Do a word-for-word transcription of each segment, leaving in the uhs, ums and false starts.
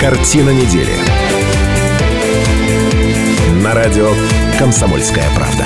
Картина недели. На радио «Комсомольская правда».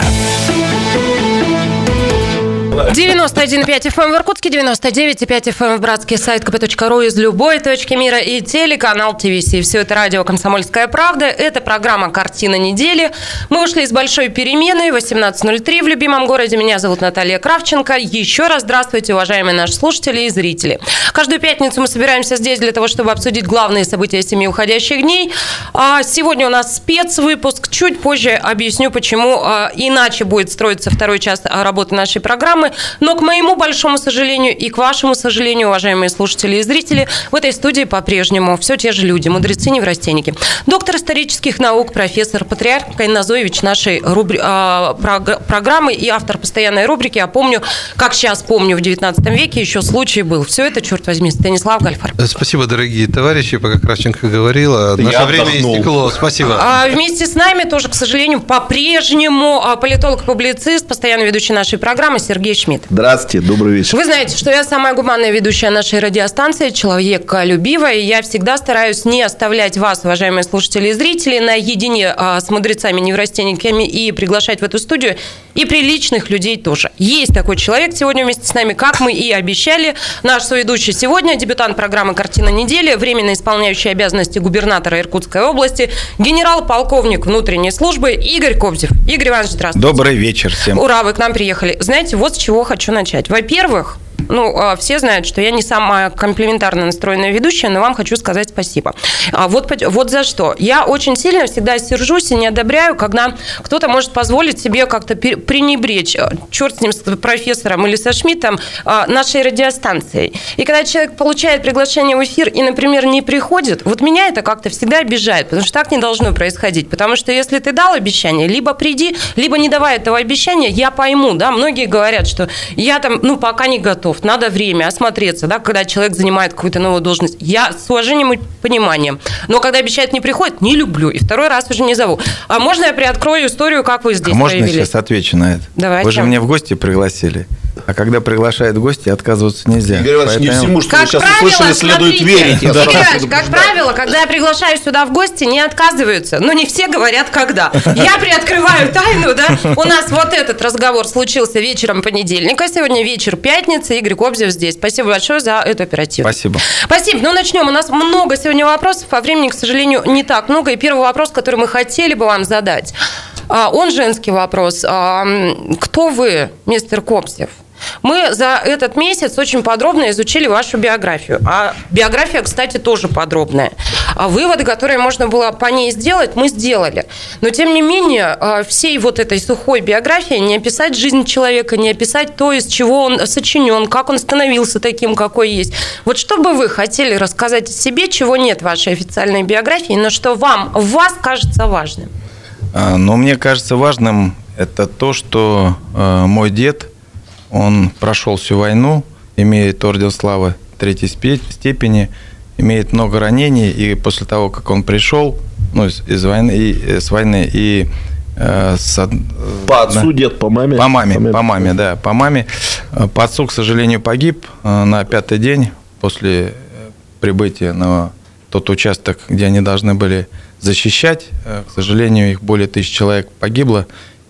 девяносто один и пять эф эм в Иркутске, девяносто девять и пять эф эм в Братске, сайт ка пэ точка ру из любой точки мира и телеканал тэ вэ си. Все это радио «Комсомольская правда». Это программа «Картина недели». Мы ушли из большой перемены. восемнадцать ноль три в любимом городе. Меня зовут Наталья Кравченко. Еще раз здравствуйте, уважаемые наши слушатели и зрители. Каждую пятницу мы собираемся здесь для того, чтобы обсудить главные события семи уходящих дней. А сегодня у нас спецвыпуск. Чуть позже объясню, почему иначе будет строиться второй час работы нашей программы. Но, к моему большому сожалению и к вашему сожалению, уважаемые слушатели и зрители, в этой студии по-прежнему все те же люди, мудрецы-неврастенники. Доктор исторических наук, профессор, патриарх Кайназоевич нашей рубри... а, прог... программы и автор постоянной рубрики «Я помню, как сейчас помню, в девятнадцатом веке еще случай был». Все это, черт возьми, Станислав Гальфар. Спасибо, дорогие товарищи, пока Кравченко говорила. Наше Я время отдохнул. Истекло. Спасибо. А, вместе с нами тоже, к сожалению, по-прежнему политолог-публицист, постоянно ведущий нашей программы Сергей Шмидт. Здравствуйте, добрый вечер. Вы знаете, что я самая гуманная ведущая нашей радиостанции, человеколюбивая, и я всегда стараюсь не оставлять вас, уважаемые слушатели и зрители, наедине с мудрецами-неврастенниками и приглашать в эту студию и приличных людей тоже. Есть такой человек сегодня вместе с нами, как мы и обещали. Наш соведущий сегодня, дебютант программы «Картина недели», временно исполняющий обязанности губернатора Иркутской области, генерал-полковник внутренней службы Игорь Кобзев. Игорь Иванович, здравствуйте. Добрый вечер всем. Ура, вы к нам приехали. Знаете, вот с чего хочу начать. Во-первых, ну, все знают, что я не самая комплиментарно настроенная ведущая, но вам хочу сказать спасибо. Вот, вот за что. Я очень сильно всегда сержусь и не одобряю, когда кто-то может позволить себе как-то пренебречь, черт с ним, с профессором или со Шмидтом, нашей радиостанцией. И когда человек получает приглашение в эфир и, например, не приходит, вот меня это как-то всегда обижает, потому что так не должно происходить. Потому что если ты дал обещание, либо приди, либо не давай этого обещания, я пойму, да, многие говорят, что я там, ну, пока не готов. Надо время осмотреться, да, когда человек занимает какую-то новую должность. Я с уважением и пониманием. Но когда обещает не приходит, не люблю. И второй раз уже не зову. А можно я приоткрою историю, как вы здесь а можно проявились? Я сейчас отвечу на это? Давайте. Вы же меня в гости пригласили. А когда приглашают гости, отказываться нельзя. Игорь Иванович, Поэтому... не всему, что как вы сейчас правило, услышали, следует смотрите, верить. Игорь Иванович, как правило, когда я приглашаю сюда в гости, не отказываются. Но не все говорят, когда. Я приоткрываю тайну, да. У нас вот этот разговор случился вечером понедельника. Сегодня вечер пятницы. Игорь Кобзев здесь. Спасибо большое за эту оперативу. Спасибо. Спасибо. Ну, начнем. У нас много сегодня вопросов. По времени, к сожалению, не так много. И первый вопрос, который мы хотели бы вам задать, он женский вопрос. Кто вы, мистер Кобзев? Мы за этот месяц очень подробно изучили вашу биографию. А биография, кстати, тоже подробная. А выводы, которые можно было по ней сделать, мы сделали. Но, тем не менее, всей вот этой сухой биографии не описать жизнь человека, не описать то, из чего он сочинен, как он становился таким, какой есть. Вот что бы вы хотели рассказать о себе, чего нет в вашей официальной биографии, но что вам, в вас кажется важным? Но мне кажется важным это то, что мой дед, он прошел всю войну, имеет орден славы третьей степени, имеет много ранений, и после того, как он пришел, ну, из, из войны, и, с войны, и э, с, по отцу дед, по маме? По маме, по маме, по маме, да, по маме. По отцу, к сожалению, погиб на пятый день после прибытия на тот участок, где они должны были защищать. К сожалению, их более тысячи человек погибло.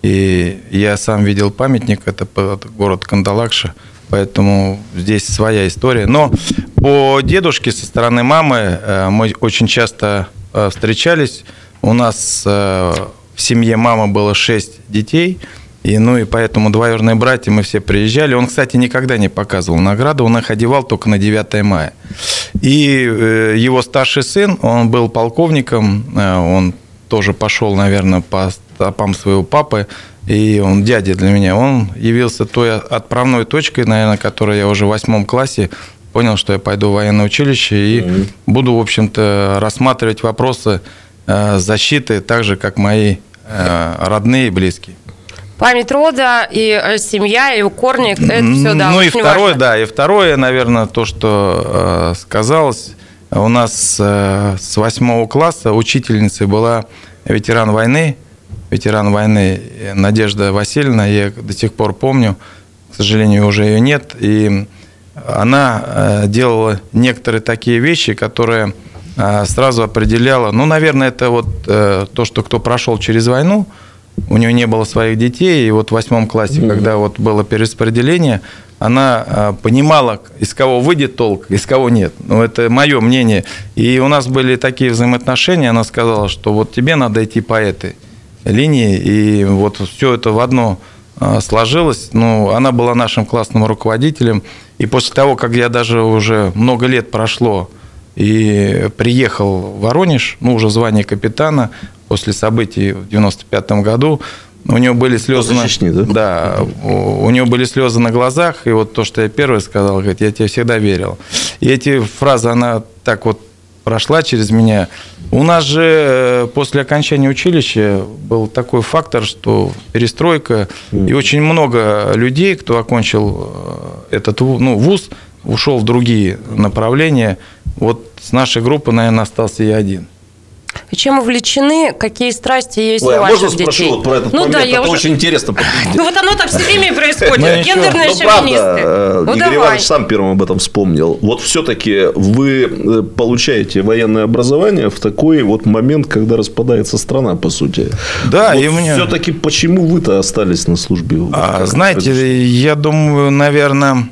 И я сам видел памятник, это город Кандалакша, поэтому здесь своя история. Но по дедушке со стороны мамы мы очень часто встречались. У нас в семье мамы было шесть детей, и, ну, и поэтому двоюродные братья, мы все приезжали. Он, кстати, никогда не показывал награду, он их одевал только на девятое мая. И его старший сын, он был полковником, он тоже пошел, наверное, по стопам своего папы, и он дядя для меня. Он явился той отправной точкой, наверное, которой я уже в восьмом классе понял, что я пойду в военное училище и mm-hmm. буду, в общем-то, рассматривать вопросы защиты так же, как мои родные и близкие. Память рода и семья, и корни, это все, да, ну очень и второе, важно. Да, и второе, наверное, то, что сказалось, у нас с восьмого класса учительницей была ветеран войны, ветеран войны Надежда Васильевна, я до сих пор помню, к сожалению, уже ее нет, и она делала некоторые такие вещи, которые сразу определяла, ну, наверное, это вот то, что кто прошел через войну, у нее не было своих детей, и вот в восьмом классе, mm-hmm. когда вот было перераспределение, она понимала, из кого выйдет толк, из кого нет. Ну, это мое мнение. И у нас были такие взаимоотношения, она сказала, что вот тебе надо идти по этой линии, и вот все это в одно сложилось. Ну, она была нашим классным руководителем, и после того, как я даже уже много лет прошло, и приехал в Воронеж, ну, уже звание капитана, после событий в девяносто пятом году, у него были слезы на... Чечни, да? Да, у, у него были слезы на глазах, и вот то, что я первый сказал, говорит, я тебе всегда верил. И эти фразы, она так вот прошла через меня. У нас же после окончания училища был такой фактор, что перестройка, и очень много людей, кто окончил этот ну, вуз, ушел в другие направления. Вот с нашей группы, наверное, остался я один. И чем увлечены, какие страсти есть Ой, у а ваших можно детей? спрошу вот про этот ну, момент? Да, я это уже... очень интересно. Ну вот оно так все время и происходит. Гендерные ну, шовинисты. Правда, ну, Игорь давай. Иванович сам первым об этом вспомнил. Вот все-таки вы получаете военное образование в такой вот момент, когда распадается страна, по сути. Да, вот и мне... все-таки почему вы-то остались на службе? А, знаете, я думаю, наверное...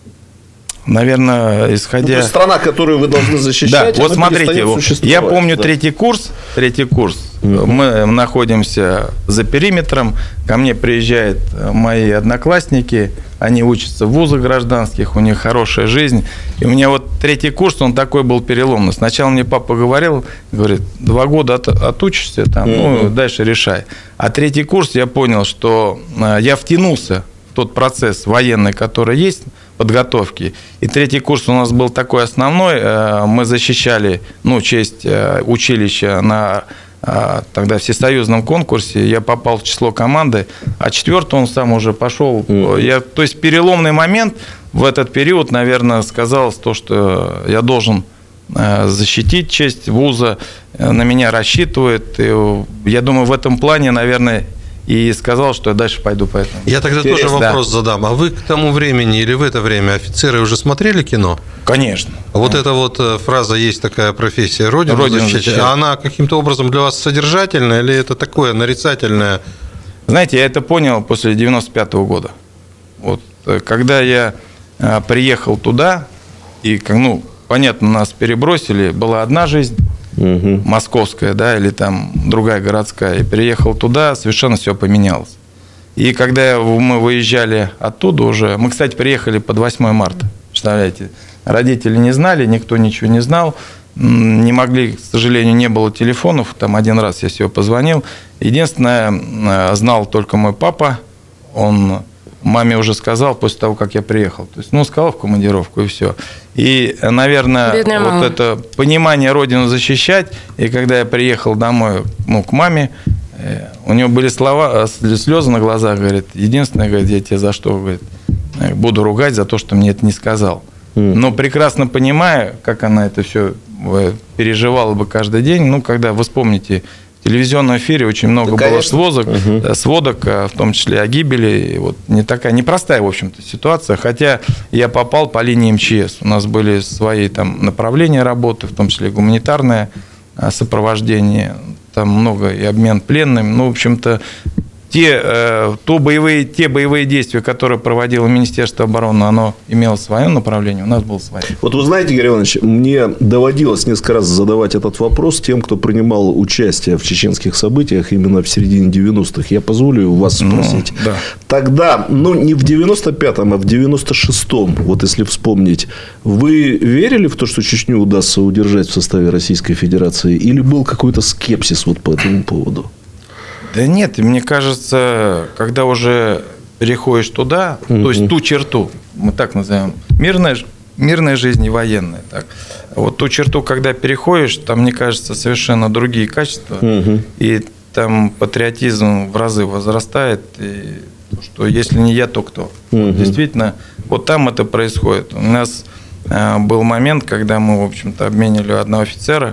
Наверное, исходя... Ну, то есть страна, которую вы должны защищать, да, вот смотрите, я помню да. третий курс, третий курс, mm-hmm. мы находимся за периметром, ко мне приезжают мои одноклассники, они учатся в вузах гражданских, у них хорошая жизнь, и у меня вот третий курс, он такой был переломный. Сначала мне папа говорил, говорит, два года от, отучишься, там, mm-hmm. ну, дальше решай. А третий курс я понял, что я втянулся в тот процесс военный, который есть, подготовки. И третий курс у нас был такой основной. Мы защищали ну, честь училища на тогда всесоюзном конкурсе. Я попал в число команды, а четвертый он сам уже пошел. Mm-hmm. Я, то есть переломный момент в этот период, наверное, сказалось то, что я должен защитить честь вуза, на меня рассчитывают. И я думаю, в этом плане, наверное, и сказал, что я дальше пойду по этому. Я тогда Интересно, тоже вопрос да. задам. А вы к тому времени или в это время офицеры уже смотрели кино? Конечно. А вот эта вот фраза, есть такая профессия Родину, Родину защищать. А она каким-то образом для вас содержательная или это такое нарицательное? Знаете, я это понял после девяносто пятого года. Вот, когда я приехал туда, и, ну, понятно, нас перебросили, была одна жизнь, угу. московская, да, или там другая городская, и переехал туда, совершенно все поменялось. И когда мы выезжали оттуда уже, мы, кстати, приехали под восьмое марта, представляете, родители не знали, никто ничего не знал, не могли, к сожалению, не было телефонов, там один раз я себе позвонил, единственное, знал только мой папа, он маме уже сказал после того, как я приехал. То есть, ну, сказал в командировку, и все. И, наверное, Бедная вот мама. Это понимание Родину защищать, и когда я приехал домой, ну, к маме, у нее были слова, слезы на глазах, говорит, единственное, говорит, я тебя за что, говорит, буду ругать за то, что мне это не сказал. Mm. Но прекрасно понимая, как она это все переживала бы каждый день, ну, когда вы вспомните, в телевизионном эфире очень много да, было сводок, угу. сводок, в том числе о гибели. И вот не такая непростая, в общем-то, ситуация. Хотя я попал по линии эм че эс. У нас были свои там направления работы, в том числе гуманитарное сопровождение. Там много и обмен пленными. Ну, в общем-то, те, то боевые, те боевые действия, которые проводило Министерство обороны, оно имело свое направление, у нас было свое. Вот вы знаете, Игорь Иванович, мне доводилось несколько раз задавать этот вопрос тем, кто принимал участие в чеченских событиях именно в середине девяностых. Я позволю вас спросить. Ну, да. Тогда, ну, не в девяносто пятом, а в девяносто шестом, вот если вспомнить, вы верили в то, что Чечню удастся удержать в составе Российской Федерации? Или был какой-то скепсис вот по этому поводу? Да нет, мне кажется, когда уже переходишь туда, mm-hmm. то есть ту черту, мы так назовем, мирная, мирная жизнь и военная. Так. Вот ту черту, когда переходишь, там, мне кажется, совершенно другие качества. Mm-hmm. И там патриотизм в разы возрастает. И что если не я, то кто? Mm-hmm. Действительно, вот там это происходит. У нас э, был момент, когда мы, в общем-то, обменили одного офицера.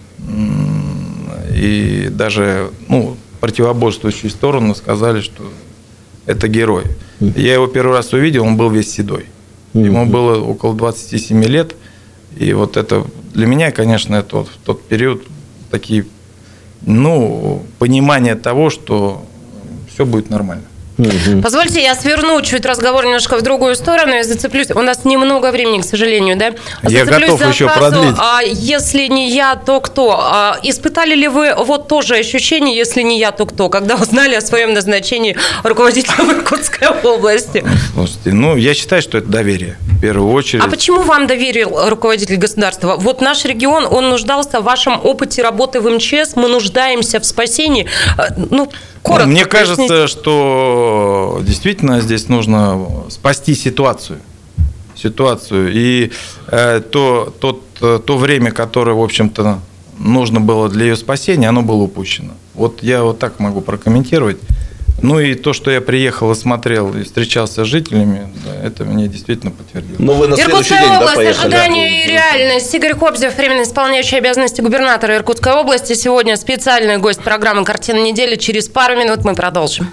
И даже, ну, противоборствующие стороны сказали, что это герой. Я его первый раз увидел, он был весь седой. Ему было около двадцати семи лет. И вот это для меня, конечно, это вот в тот период такие, ну, понимание того, что все будет нормально. Позвольте, я сверну чуть разговор немножко в другую сторону, я зацеплюсь. У нас немного времени, к сожалению, да? Я готов за еще фразу, продлить. А если не я, то кто? А испытали ли вы вот тоже ощущение, если не я, то кто, когда узнали о своем назначении руководителя Иркутской области? Слушайте, ну, я считаю, что это доверие, в первую очередь. А почему вам доверил руководитель государства? Вот наш регион, он нуждался в вашем опыте работы в эм че эс, мы нуждаемся в спасении. Ну, коротко Мне поясните. кажется, что действительно здесь нужно спасти ситуацию. Ситуацию. И э, то, тот, то время, которое, в общем-то, нужно было для ее спасения, оно было упущено. Вот я вот так могу прокомментировать. Ну и то, что я приехал и смотрел, и встречался с жителями, да, это мне действительно подтвердило. Но вы на следующий Иркутская день, область, да, поехали? ожидания и реальность. Игорь Кобзев, временно исполняющий обязанности губернатора Иркутской области. Сегодня специальный гость программы «Картина недели». Через пару минут мы продолжим.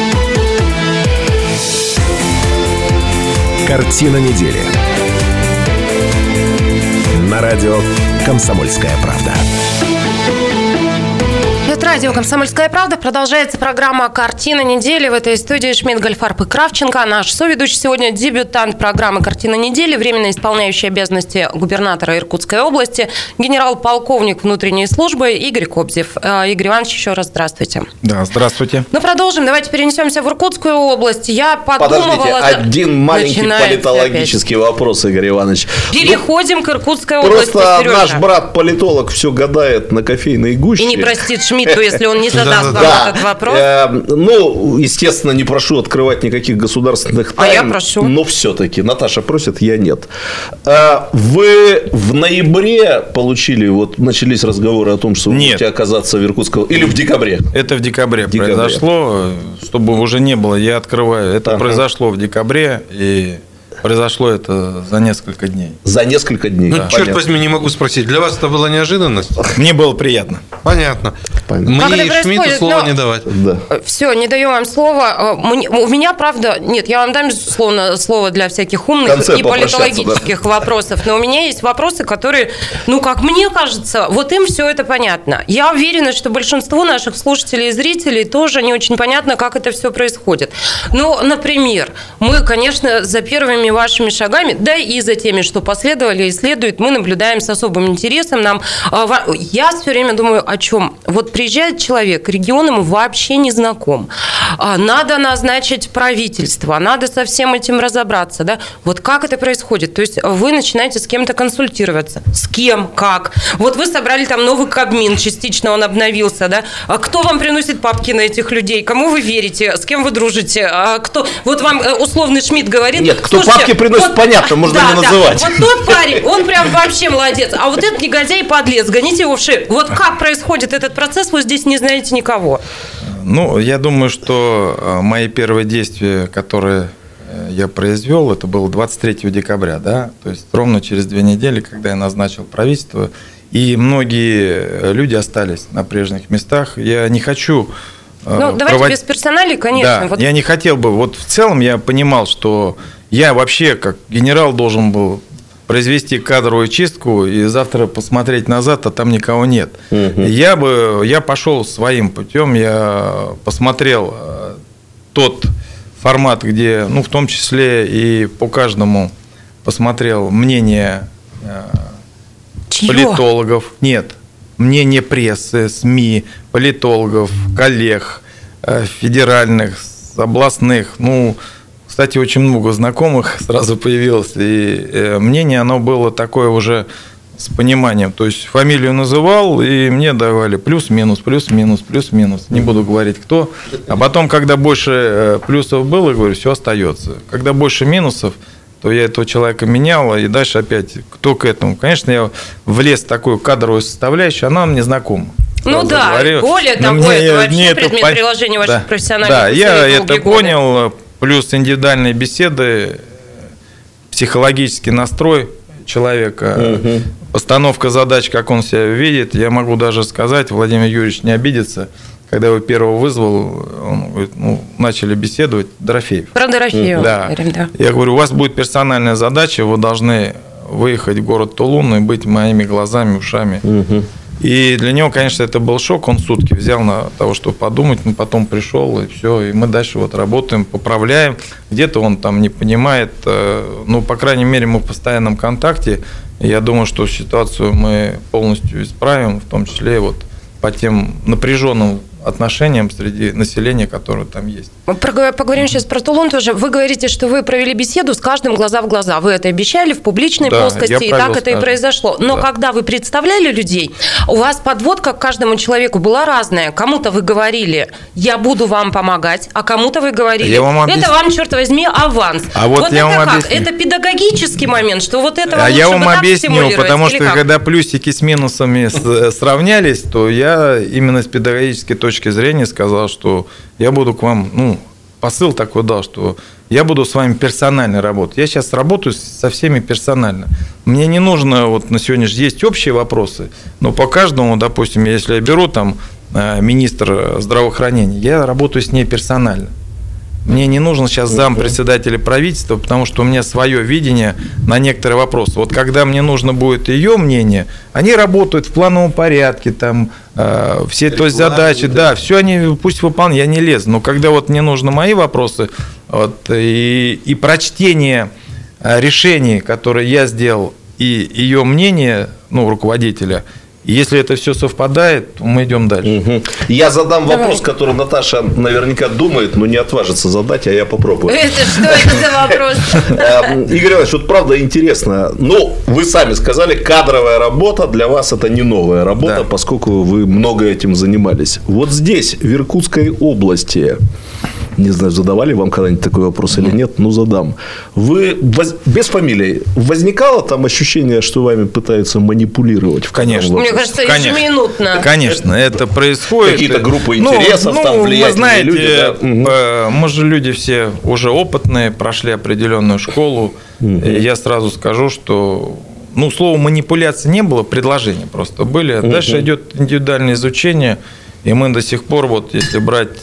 Картина недели. На радио «Комсомольская правда». Это радио «Комсомольская правда». Продолжается программа «Картина недели». В этой студии Шмидт, Гольфарб и Кравченко. Наш соведущий сегодня дебютант программы «Картина недели», временно исполняющий обязанности губернатора Иркутской области, генерал-полковник внутренней службы Игорь Кобзев. Игорь Иванович, еще раз здравствуйте. Да, здравствуйте. Ну, продолжим. Давайте перенесемся в Иркутскую область. Я подумывала... Подождите, один маленький политологический опять. вопрос, Игорь Иванович. Переходим ну, к Иркутской области, Просто Сережа. наш брат-политолог все гадает на кофейной гуще. И не простит Шмидту, если он не задаст вам Да. этот вопрос. Э, ну, естественно, не прошу открывать никаких государственных тайн. А я прошу. Но все-таки Наташа просит, я нет. Э, вы в ноябре получили, вот начались разговоры о том, что вы Нет. будете оказаться в Иркутской... Или в декабре? Это в декабре, декабре. произошло, чтобы уже не было, я открываю. Это Ага. произошло в декабре, и произошло это за несколько дней. За несколько дней. Ну, Да. черт Понятно. возьми, не могу спросить. Для вас это была неожиданность? Мне было приятно. Понятно. Понятно. Как Мне это и Шмидту происходит? слова Но- не давать. Да. Все, не даю вам слова. Мне- У меня, правда, нет, я вам дам, безусловно, слово для всяких В умных конце и попрощаться, политологических вопросов. Но у меня есть вопросы, которые, ну, как мне кажется, вот им все это понятно. Я уверена, что большинству наших слушателей и зрителей тоже не очень понятно, как это все происходит. Ну, например, мы, конечно, за первыми вашими шагами, да и за теми, что последовали и следуют, мы наблюдаем с особым интересом. Нам, а, ва- я все время думаю, о чем? Вот приезжает человек, регион ему вообще не знаком. А, Надо назначить правительство, надо со всем этим разобраться. Да? Вот как это происходит? То есть вы начинаете с кем-то консультироваться. С кем, как? Вот вы собрали там новый Кабмин, частично он обновился. Да? А кто вам приносит папки на этих людей? Кому вы верите? С кем вы дружите? А кто? Вот вам э, условный Шмидт говорит... Нет, кто «Слушайте, папки приносит, вот- понятно, можно да, не да, называть. Вот тот парень, он прям вообще молодец. А вот этот негодяй и подлец, гоните его в шею. Вот как происходит этот процесс, вы здесь не знаете никого. Ну, я думаю, что э, мои первые действия, которые э, я произвел, это было двадцать третьего декабря, да, то есть ровно через две недели, когда я назначил правительство, и многие люди остались на прежних местах. Я не хочу... э, Ну, давайте провод- без персоналей, конечно. Да, Вот я не хотел бы. Вот в целом я понимал, что я вообще как генерал должен был произвести кадровую чистку и завтра посмотреть назад, а там никого нет. Угу. Я бы, я пошел своим путем, я посмотрел э, тот формат, где, ну, в том числе и по каждому посмотрел мнение э, чье? политологов. Нет, мнение прессы, СМИ, политологов, коллег э, федеральных, областных. Ну, кстати, очень много знакомых сразу появилось. И э, мнение, оно было такое уже с пониманием. То есть фамилию называл, и мне давали плюс-минус, плюс-минус, плюс-минус. Не буду говорить, кто. А потом, когда больше э, плюсов было, говорю, все остается. Когда больше минусов, то я этого человека менял, и дальше опять кто к этому. Конечно, я влез в такую кадровую составляющую, она мне знакома. Ну Сразу да, говорю. более Но того, мне- это вообще мне это предмет пон- приложения ваших Да. профессиональных Да, усилий я долгие это годы. понял, плюс индивидуальные беседы, психологический настрой человека, Угу. постановка задач, как он себя видит. Я могу даже сказать, Владимир Юрьевич не обидится, когда я его первого вызвал, он говорит, ну, начали беседовать, Дорофеев. Про Дорофеева Да. говорим, да. Я говорю, у вас будет персональная задача, вы должны выехать в город Тулун и быть моими глазами, ушами. Угу. И для него, конечно, это был шок. Он сутки взял на того, чтобы подумать, но потом пришел, и все. И мы дальше вот работаем, поправляем. Где-то он там не понимает. Ну, по крайней мере, мы в постоянном контакте. И я думаю, что ситуацию мы полностью исправим, в том числе вот по тем напряженным отношениям среди населения, которое там есть. Поговорим сейчас про Тулун тоже. Вы говорите, что вы провели беседу с каждым глаза в глаза. Вы это обещали в публичной да, плоскости, и так это и произошло. Но да. когда вы представляли людей, у вас подводка к каждому человеку была разная. Кому-то вы говорили, я буду вам помогать, а кому-то вы говорили, вам объяс... это вам, черт возьми, аванс. А вот, вот я это вам как? объясню. Это педагогический момент, что вот это вам а лучше я вам бы так объясню, потому что как? когда плюсики с минусами сравнялись, то я именно с педагогической точки точки зрения сказал, что я буду к вам, ну, посыл такой дал, что я буду с вами персонально работать. Я сейчас работаю со всеми персонально. Мне не нужно, вот на сегодняшний день есть общие вопросы, но по каждому, допустим, если я беру там министр здравоохранения, я работаю с ней персонально. Мне не нужно сейчас зам председателя правительства, потому что у меня свое видение на некоторые вопросы. Вот когда мне нужно будет ее мнение, они работают в плановом порядке, там э, все то есть задачи, да, все они пусть выполняют, я не лезу. Но когда вот мне нужны мои вопросы, вот, и, и прочтение решений, которые я сделал, и ее мнение, ну, руководителя, если это все совпадает, то мы идем дальше. Угу. Я задам Давай. вопрос, который Наташа наверняка думает, но не отважится задать, а я попробую. Это что это за вопрос? Игорь Иванович, вот правда интересно. Ну, вы сами сказали, кадровая работа для вас это не новая работа, да. поскольку вы много этим занимались. Вот здесь, в Иркутской области, не знаю, задавали вам когда-нибудь такой вопрос или нет, но задам. Вы воз... без фамилии возникало там ощущение, что вами пытаются манипулировать? Конечно. Мне кажется, ежеминутно. Конечно, это происходит. Какие-то группы интересов, ну, там ну, влиятельные вы знаете, люди. Да? Угу. Мы же люди все уже опытные, прошли определенную школу. Угу. Я сразу скажу, что ну, слова манипуляции не было, предложения просто были. Угу. Дальше идет индивидуальное изучение, и мы до сих пор, вот если брать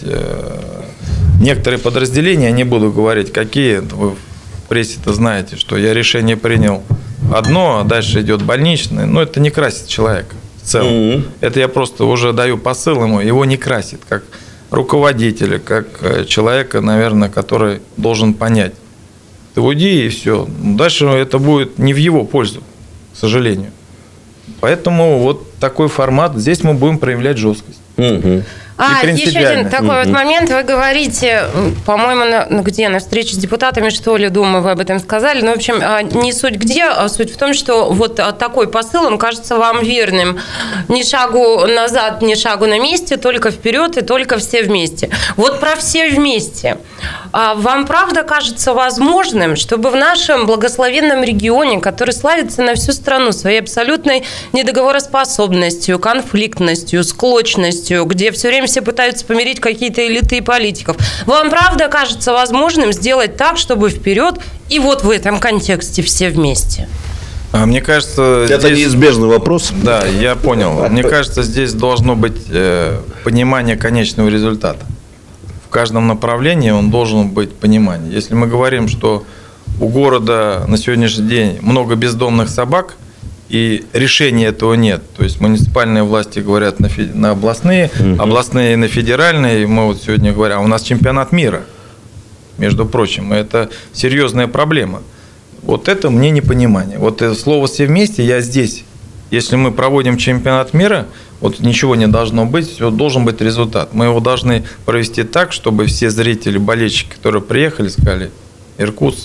некоторые подразделения, я не буду говорить, какие, вы в прессе-то знаете, что я решение принял одно, а дальше идет больничное, но это не красит человека в целом. Mm-hmm. Это я просто уже даю посыл ему, его не красит, как руководителя, как человека, наверное, который должен понять. Ты уйди, и все. Дальше это будет не в его пользу, к сожалению. Поэтому вот такой формат, здесь мы будем проявлять жесткость. Mm-hmm. А, еще один такой mm-hmm. вот момент. Вы говорите, по-моему, на, ну, где, на встрече с депутатами, что ли, думаю, вы об этом сказали. Ну, в общем, не суть где, а суть в том, что вот такой посыл, он кажется вам верным. Ни шагу назад, ни шагу на месте, только вперед и только все вместе. Вот про все вместе. Вам правда кажется возможным, чтобы в нашем благословенном регионе, который славится на всю страну своей абсолютной недоговороспособностью, конфликтностью, склочностью, где все время все пытаются помирить какие-то элиты и политиков. Вам правда кажется возможным сделать так, чтобы вперед и вот в этом контексте все вместе? Мне кажется, это здесь... неизбежный вопрос. Да, я понял. Мне кажется, здесь должно быть понимание конечного результата. В каждом направлении он должен быть понимание. Если мы говорим, что у города на сегодняшний день много бездомных собак, и решения этого нет. То есть муниципальные власти говорят на, фи... на областные, угу. областные на федеральные. И мы вот сегодня говорим, а у нас чемпионат мира, между прочим. Это серьезная проблема. Вот это мне непонимание. Вот это слово «все вместе» я здесь. Если мы проводим чемпионат мира, вот ничего не должно быть, все, должен быть результат. Мы его должны провести так, чтобы все зрители, болельщики, которые приехали, сказали: Иркутск.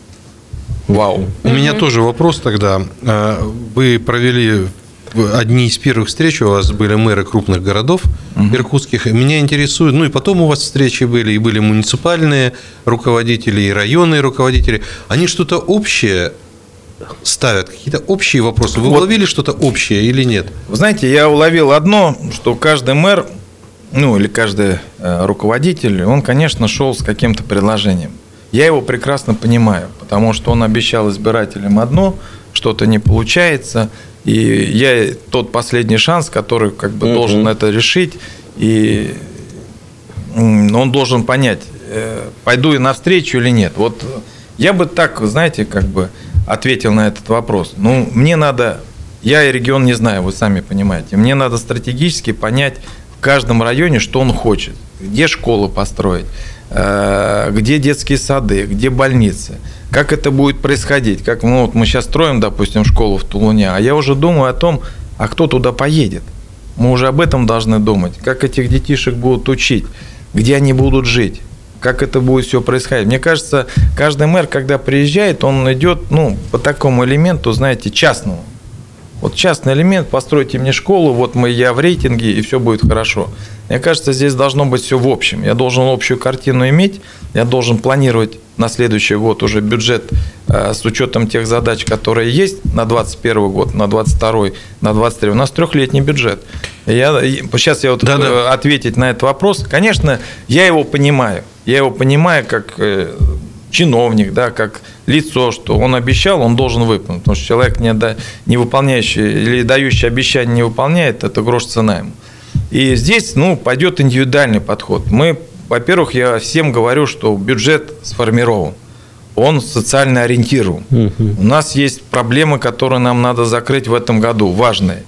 Вау. У меня тоже вопрос тогда. Вы провели одни из первых встреч, у вас были мэры крупных городов uh-huh. иркутских. Меня интересует, ну и потом у вас встречи были, и были муниципальные руководители, и районные руководители. Они что-то общее ставят, какие-то общие вопросы. Вы вот. уловили что-то общее или нет? Вы знаете, я уловил одно, что каждый мэр, ну или каждый руководитель, он, конечно, шел с каким-то предложением. Я его прекрасно понимаю, потому что он обещал избирателям одно, что-то не получается, и я тот последний шанс, который как бы uh-huh. должен это решить, и он должен понять, пойду я навстречу или нет. Вот я бы так, знаете, как бы ответил на этот вопрос. Ну, мне надо, я и регион не знаю, вы сами понимаете, мне надо стратегически понять в каждом районе, что он хочет, где школы построить, где детские сады, где больницы, как это будет происходить. Как, ну, вот мы сейчас строим, допустим, школу в Тулуне, а я уже думаю о том, а кто туда поедет. Мы уже об этом должны думать, как этих детишек будут учить, где они будут жить, как это будет все происходить. Мне кажется, каждый мэр, когда приезжает, он идет, ну, по такому элементу, знаете, частному. Вот частный элемент, постройте мне школу, вот мы, я в рейтинге, и все будет хорошо. Мне кажется, здесь должно быть все в общем. Я должен общую картину иметь, я должен планировать на следующий год уже бюджет э, с учетом тех задач, которые есть на двадцать первый год, на двадцать второй, на двадцать третий. У нас трехлетний бюджет. Я, сейчас я вот да, да. ответить на этот вопрос. Конечно, я его понимаю. Я его понимаю как э, чиновник, да, как лицо, что он обещал, он должен выполнить. Потому что человек, не, да, не выполняющий или дающий обещание не выполняет, это грош цена ему. И здесь, ну, пойдет индивидуальный подход. Мы, во-первых, я всем говорю, что бюджет сформирован, он социально ориентирован. Uh-huh. У нас есть проблемы, которые нам надо закрыть в этом году, важные.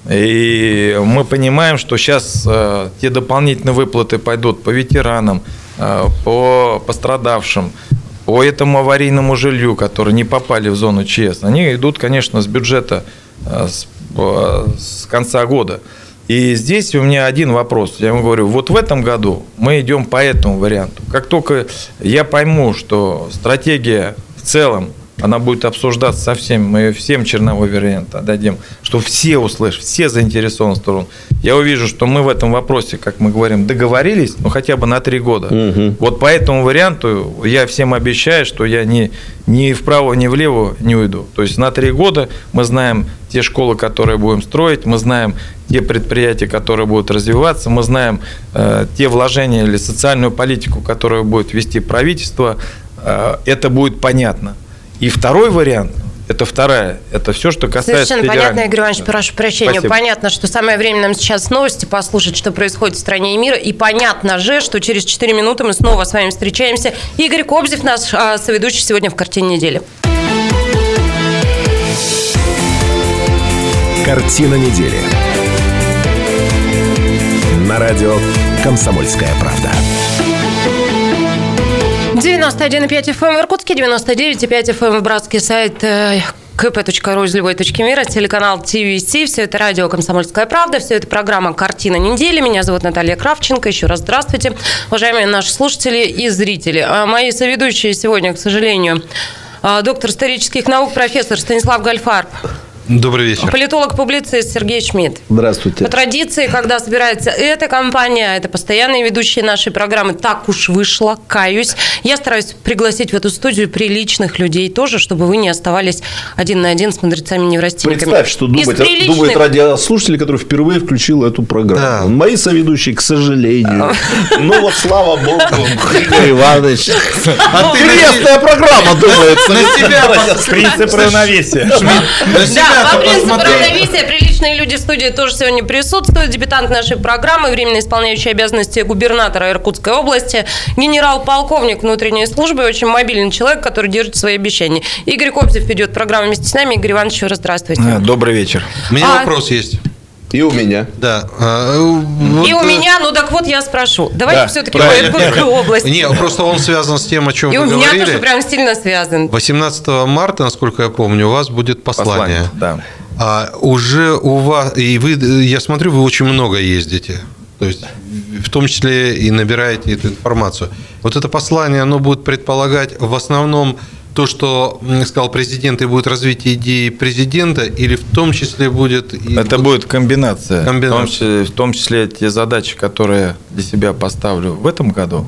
И мы понимаем, что сейчас э, те дополнительные выплаты пойдут по ветеранам, э, по пострадавшим, по этому аварийному жилью, которые не попали в зону ЧС. Они идут, конечно, с бюджета э, с, э, с конца года. И здесь у меня один вопрос. Я вам говорю, вот в этом году мы идем по этому варианту. Как только я пойму, что стратегия в целом, она будет обсуждаться со всеми, мы всем черновой вариант отдадим, что все услышат, все заинтересованные стороны. Я увижу, что мы в этом вопросе, как мы говорим, договорились, ну хотя бы на три года. Угу. Вот по этому варианту я всем обещаю, что я ни, ни вправо, ни влево не уйду. То есть на три года мы знаем те школы, которые будем строить, мы знаем те предприятия, которые будут развиваться, мы знаем э, те вложения или социальную политику, которую будет вести правительство, э, это будет понятно. И второй вариант, это вторая, это все, что касается совершенно понятно, Игорь Иванович, прошу прощения. Спасибо. Понятно, что самое время нам сейчас новости послушать, что происходит в стране и мире. И понятно же, что через четыре минуты мы снова с вами встречаемся. Игорь Кобзев, наш а, соведущий сегодня в «Картине недели». Картина недели. На радио «Комсомольская правда». девяносто один и пять эф эм в Иркутске, девяносто девять и пять эф эм в Братске, сайт ка пэ точка ру из любой точки мира, телеканал ти ви си. Все это радио «Комсомольская правда», все это программа «Картина недели». Меня зовут Наталья Кравченко. Еще раз здравствуйте, уважаемые наши слушатели и зрители. Мои соведущие сегодня, к сожалению, доктор исторических наук, профессор Станислав Гальфарб. Добрый вечер. Политолог-публицист Сергей Шмидт. Здравствуйте. По традиции, когда собирается эта компания, это постоянные ведущие нашей программы, так уж вышло, каюсь. Я стараюсь пригласить в эту студию приличных людей тоже, чтобы вы не оставались один на один с мудрецами-неврастенниками. Представь, что думает, приличных... думает радиослушатель, который впервые включил эту программу. Да. Мои соведущие, к сожалению. Ну вот, слава богу, Игорь Иванович. Интересная программа, думает. На себя принцип равновесия. Да, по принципу равновесия приличные люди в студии тоже сегодня присутствуют. Дебютант нашей программы, временно исполняющий обязанности губернатора Иркутской области, генерал-полковник внутренней службы, очень мобильный человек, который держит свои обещания. Игорь Кобзев ведет программу вместе с нами. Игорь Иванович, еще раз здравствуйте. Добрый вечер. У меня а... вопрос есть. И у меня. Да. А, вот... И у меня, ну так вот я спрошу. Давайте да, все-таки по Иркутской области. Нет, просто он связан с тем, о чем и вы говорили. И у меня тоже прям сильно связан. восемнадцатого марта, насколько я помню, у вас будет послание. Послание, да. А уже у вас, и вы, я смотрю, вы очень много ездите. То есть, в том числе и набираете эту информацию. Вот это послание, оно будет предполагать в основном то, что сказал президент, и будет развитие идеи президента, или в том числе будет... И это вот... будет комбинация. комбинация. В том числе, в том числе те задачи, которые для себя поставлю в этом году.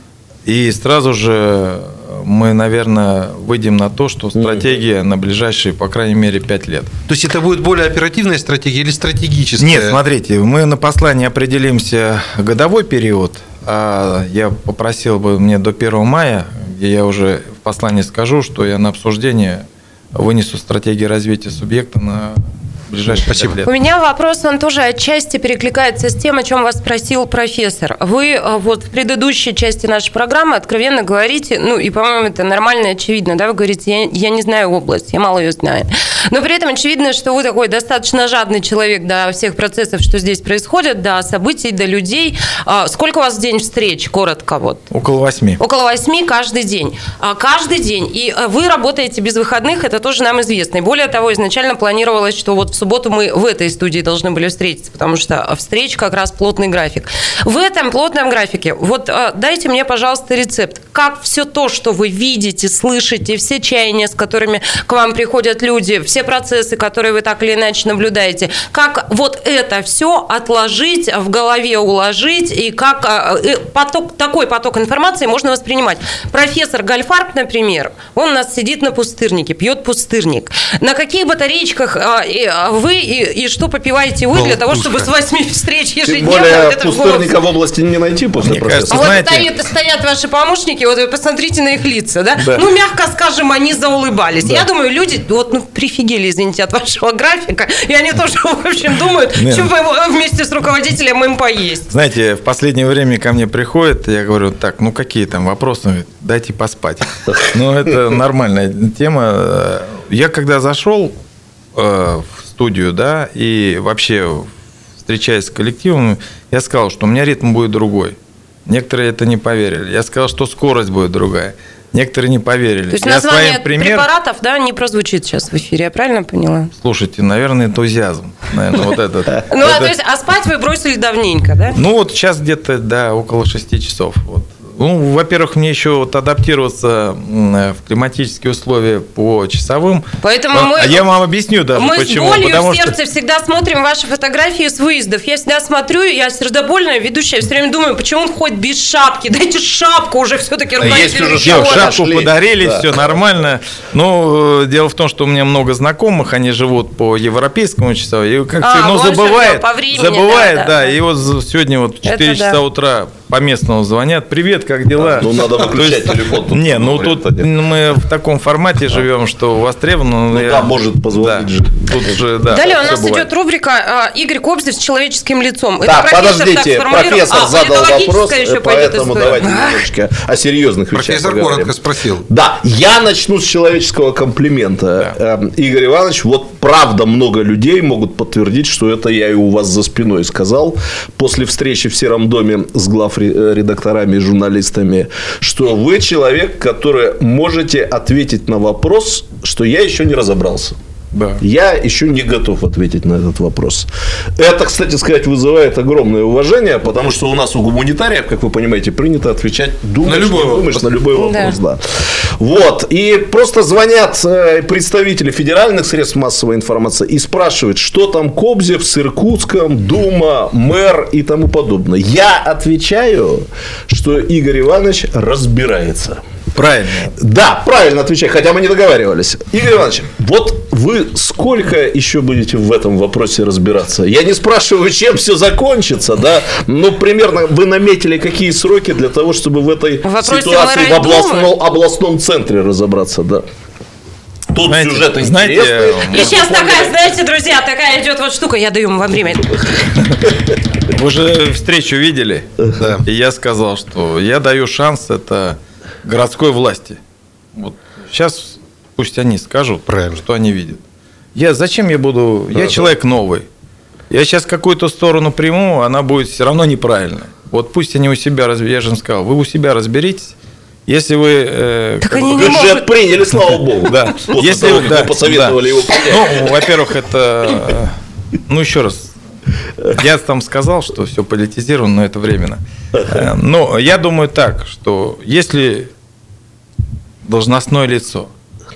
И сразу же мы, наверное, выйдем на то, что стратегия на ближайшие, по крайней мере, пять лет. То есть это будет более оперативная стратегия или стратегическая? Нет, смотрите, мы на послании определимся годовой период. А я попросил бы мне до первого мая, где я уже в послании скажу, что я на обсуждение вынесу стратегию развития субъекта на ближайшие Спасибо. лет. У меня вопрос, он тоже отчасти перекликается с тем, о чем вас спросил профессор. Вы вот в предыдущей части нашей программы откровенно говорите, ну и, по-моему, это нормально и очевидно, да, вы говорите, я, я не знаю область, я мало ее знаю. Но при этом очевидно, что вы такой достаточно жадный человек до всех процессов, что здесь происходит, до событий, до людей. Сколько у вас в день встреч, коротко вот? Около восьми. Около восьми каждый день. Каждый день. И вы работаете без выходных, это тоже нам известно. И более того, изначально планировалось, что вот в субботу мы в этой студии должны были встретиться, потому что встреч как раз плотный график. В этом плотном графике, вот дайте мне, пожалуйста, рецепт. Как все то, что вы видите, слышите, все чаяния, с которыми к вам приходят люди, все процессы, которые вы так или иначе наблюдаете, как вот это все отложить, в голове уложить, и как поток, такой поток информации можно воспринимать. Профессор Гольфарб, например, он у нас сидит на пустырнике, пьет пустырник. На каких батареечках вы и, и что попиваете вы для того, чтобы с восьми встреч ежедневно... Тем более пустырника в области не найти после Мне процесса. кажется, Вот знаете... стоят, стоят ваши помощники, вот вы посмотрите на их лица, да? Да. Ну, мягко скажем, они заулыбались. Да. Я думаю, люди вот, ну, прифигели, извините, от вашего графика, и они тоже, в общем, думают, Нет. чем вместе с руководителем им поесть. Знаете, в последнее время ко мне приходят, я говорю, так, ну, какие там вопросы? Дайте поспать. Ну, это нормальная тема. Я когда зашел в студию, да, и вообще встречаясь с коллективом, я сказал, что у меня ритм будет другой. Некоторые это не поверили. Я сказал, что скорость будет другая. Некоторые не поверили. То есть я название пример... препаратов, да, не прозвучит сейчас в эфире, я правильно поняла? Слушайте, наверное, энтузиазм. Наверное, вот этот. Ну, а то есть, а спать вы бросили давненько, да? Ну, вот сейчас где-то, да, около шести часов. Вот. Ну, во-первых, мне еще вот адаптироваться в климатические условия по часовым. Поэтому а, мы, а я вам объясню даже, мы почему. Мы с болью Потому в сердце что... всегда смотрим ваши фотографии с выездов. Я всегда смотрю, я сердобольная ведущая, все время думаю, почему он ходит без шапки? Дайте шапку уже все-таки руководителю. Шапку нашли. Подарили, да. Все нормально. Но дело в том, что у меня много знакомых, они живут по европейскому часу, и как-то а, ну, забывает, по времени, забывает, да, да, да. И вот сегодня вот в четыре часа да. утра по местному звонят, привет, как дела? Ну, надо выключать телефон. Тут не, ну тут мы в таком формате живем, что востребовано. Ну, я... да, может позвонить же. Тут же, да. Далее у нас идет рубрика Игорь Кобзев с человеческим лицом. Да, подождите, профессор задал вопрос, поэтому давайте немножечко о серьезных вещах. Профессор коротко спросил. Да, я начну с человеческого комплимента. Игорь Иванович, вот правда много людей могут подтвердить, что это я и у вас за спиной сказал после встречи в Сером доме с главредакторами и журналистами, что вы человек, который можете ответить на вопрос, что я еще не разобрался. Да. Я еще не готов ответить на этот вопрос. Это, кстати сказать, вызывает огромное уважение, потому что у нас у гуманитариев, как вы понимаете, принято отвечать думаешь, на любой, думаешь, на любой вопрос. Да. Да. Вот. И просто звонят представители федеральных средств массовой информации и спрашивают, что там Кобзев с Иркутском, Дума, мэр и тому подобное. Я отвечаю, что Игорь Иванович разбирается. Правильно. Да, правильно отвечаю, хотя мы не договаривались. Игорь Иванович, вот вы сколько еще будете в этом вопросе разбираться? Я не спрашиваю, чем все закончится, да, но примерно вы наметили какие сроки для того, чтобы в этой в ситуации в областном, областном центре разобраться, да. Тут знаете, сюжет интересный. И сейчас такая, знаете, друзья, такая идет вот штука, я даю вам время. Вы же встречу видели, да. И я сказал, что я даю шанс это городской власти. Вот сейчас пусть они скажут, правильно, что они видят. Я зачем я буду? Да, я да. человек новый. Я сейчас какую-то сторону приму, она будет все равно неправильная. Вот пусть они у себя разберутся. Я же сказал, вы у себя разберитесь. Если вы э, так они бюджет могут... приняли, слава богу. Да. Если вы да, посоветовали да. его принять. Ну, во-первых, это, ну еще раз. Я там сказал, что все политизировано, но это временно. Но я думаю так, что если должностное лицо,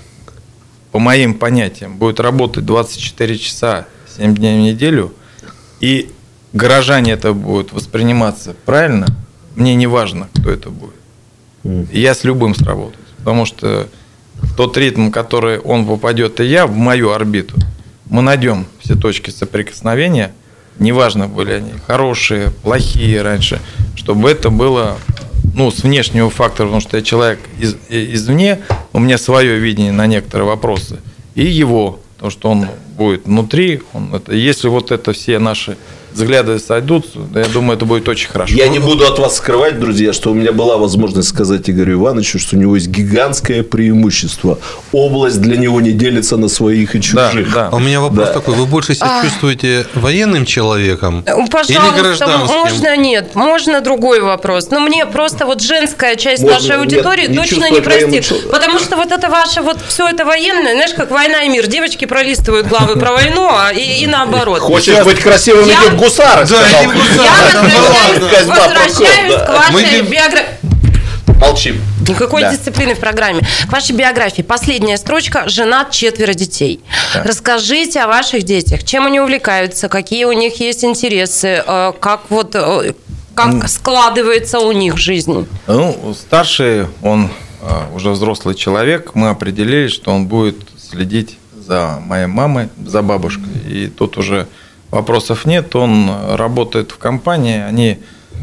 по моим понятиям, будет работать двадцать четыре часа, семь дней в неделю, и горожане это будут восприниматься правильно, мне не важно, кто это будет. И я с любым сработаю. Потому что тот ритм, который он попадет, и я в мою орбиту, мы найдем все точки соприкосновения. Неважно, были они хорошие, плохие раньше, чтобы это было ну, с внешнего фактора, потому что я человек из, извне, у меня свое видение на некоторые вопросы, и его, потому что он будет внутри. Он, это, если вот это все наши взгляды сойдутся, я думаю, это будет очень хорошо. Я не буду от вас скрывать, друзья, что у меня была возможность сказать Игорю Ивановичу, что у него есть гигантское преимущество. Область для него не делится на своих и чужих. Да, да. А у меня вопрос Да. такой. Вы больше себя чувствуете военным человеком Пожалуйста, или гражданским? можно нет, можно другой вопрос. Но мне просто вот женская часть Можно, нашей аудитории нет, не точно не чувствовать военным простит. человеком. Потому что вот это ваше, вот все это военное, знаешь, как «Война и мир». Девочки пролистывают главы про войну, а и, и наоборот. Хочешь быть красивым, Я- иди в гусары, Да, сказал. иди в гусары. Я это возвращаюсь, важно. Козьма возвращаюсь Прокоп, к да. Мы вашей не- биографии. Молчим. Никакой Да. дисциплины в программе. К вашей биографии. Последняя строчка. Женат, четверо детей. Да. Расскажите о ваших детях. Чем они увлекаются? Какие у них есть интересы? э, Как вот э, как складывается у них жизнь? Ну, старший, он а, уже взрослый человек. Мы определили, что он будет следить за моей мамой, за бабушкой. И тут уже вопросов нет. Он работает в компании, они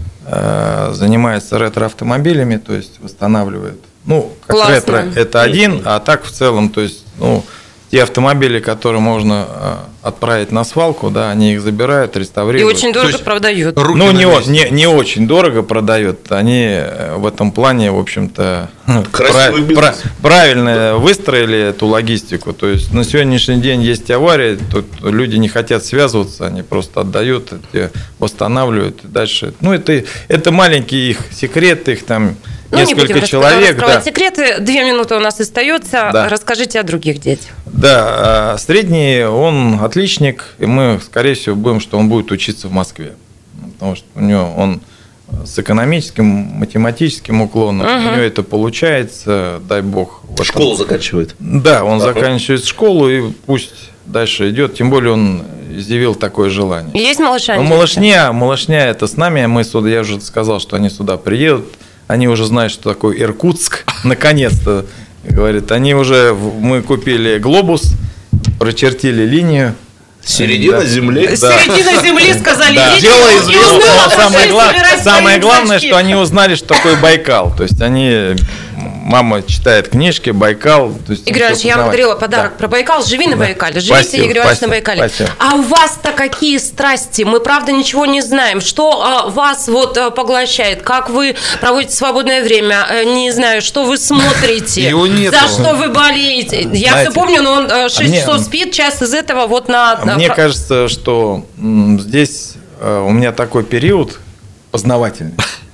э, занимаются ретро-автомобилями, то есть восстанавливает. Ну, как Классно. ретро, это один, а так в целом, то есть, ну, те автомобили, которые можно э, отправить на свалку, да, они их забирают, И реставрируют. очень дорого есть продают. Руки Ну, на не, о- месте. не, не очень дорого продают. Они э, в этом плане, в общем-то, Красивый пра- бизнес. пра- правильно выстроили эту логистику. То есть на сегодняшний день есть аварии, тут люди не хотят связываться, они просто отдают, эти восстанавливают и дальше. Ну, это, это маленький их секрет, их там Ну, не будем несколько рас- человек. раскрывать Да. секреты. Две минуты у нас остается. Да. Расскажите о других детях. Да, а средний, он отличник, и мы, скорее всего, будем, что он будет учиться в Москве. Потому что у него он с экономическим, математическим уклоном, у него это получается, дай бог. в этом. Школу заканчивает. Да, он Ага. заканчивает школу, и пусть дальше идет, тем более он изъявил такое желание. Есть малыша? Ну, малышня, малышня это с нами, мы сюда, я уже сказал, что они сюда приедут, они уже знают, что такое Иркутск, наконец-то, говорит, они уже, в- мы купили глобус, прочертили линию. Середина Да. земли. Да. Середина земли, сказали Да. дети. Дело и известно, узнала, но пошли самое, гла- собирать самое свои главное, рюкзачки. что они узнали, что такое Байкал. То есть они, мама читает книжки, Байкал. То есть Игорь Иванович, всё я вам познавать. говорила подарок Да. про Байкал. Живи на Байкале. Живите, Спасибо, Игорь Иванович, на спасибо, Байкале. спасибо. А у вас-то какие страсти? Мы, правда, ничего не знаем. Что а, вас вот а, поглощает? Как вы проводите свободное время? Э, Не знаю, что вы смотрите? Его нету. За что вы болеете? Я все Знаете, помню, но он э, шесть мне- часов спит, час из этого вот на... А на- Мне про- кажется, что м, здесь э, у меня такой период познавательный.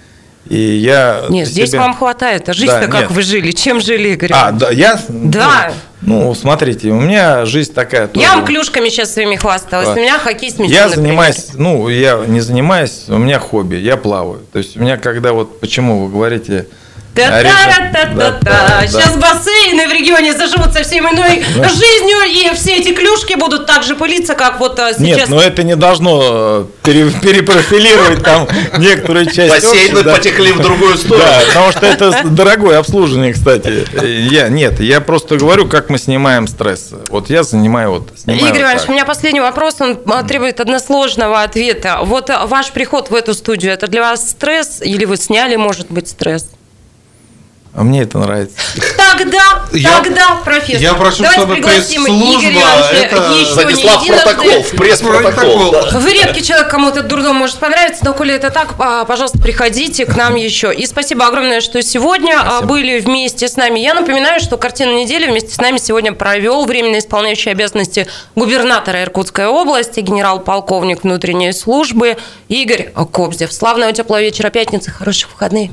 И я Нет, здесь себя- вам хватает. А жизнь-то Да, как нет. вы жили? Чем жили, Игорь А, Иванович? да, я? Да. Ну, ну, смотрите, у меня жизнь такая тоже. Я вам клюшками сейчас своими хвасталась. Да. У меня хоккей с мячом, Я например. занимаюсь, ну, я не занимаюсь, у меня хобби, я плаваю. То есть у меня, когда вот, почему вы говорите... Та-та-та-та-та. Да, Сейчас да. бассейны в регионе заживут совсем иной жизнью, и все эти клюшки будут так же пылиться, как вот а, Нет, сейчас. но это не должно э, пере- перепрофилировать там некоторую часть. Бассейны общей, да. потекли в другую сторону. Да, потому что это дорогое обслуживание, кстати. Я, нет, я просто говорю, как мы снимаем стресс. Вот я занимаю вот, снимаю Игорь вот Иванович, так. у меня последний вопрос, он а, требует односложного ответа. Вот а, ваш приход в эту студию, это для вас стресс, или вы сняли, может быть, стресс? А мне это нравится. Тогда, Я- тогда, профессор, я прошу, давайте чтобы пригласим пресс-служба Игоря Ивановича это- еще Записав не протокол, единожды. в пресс-протокол. да. Вы редкий человек, кому этот дурдом может понравиться, но коли это так, а, пожалуйста, приходите к нам еще. И спасибо огромное, что сегодня а, Спасибо. были вместе с нами. Я напоминаю, что «Картина недели» вместе с нами сегодня провел временно исполняющий обязанности губернатора Иркутской области, генерал-полковник внутренней службы Игорь Кобзев. Славного теплого вечера пятницы, хороших выходных.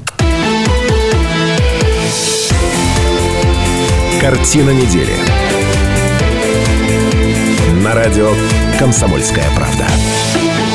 Картина недели. На радио «Комсомольская правда».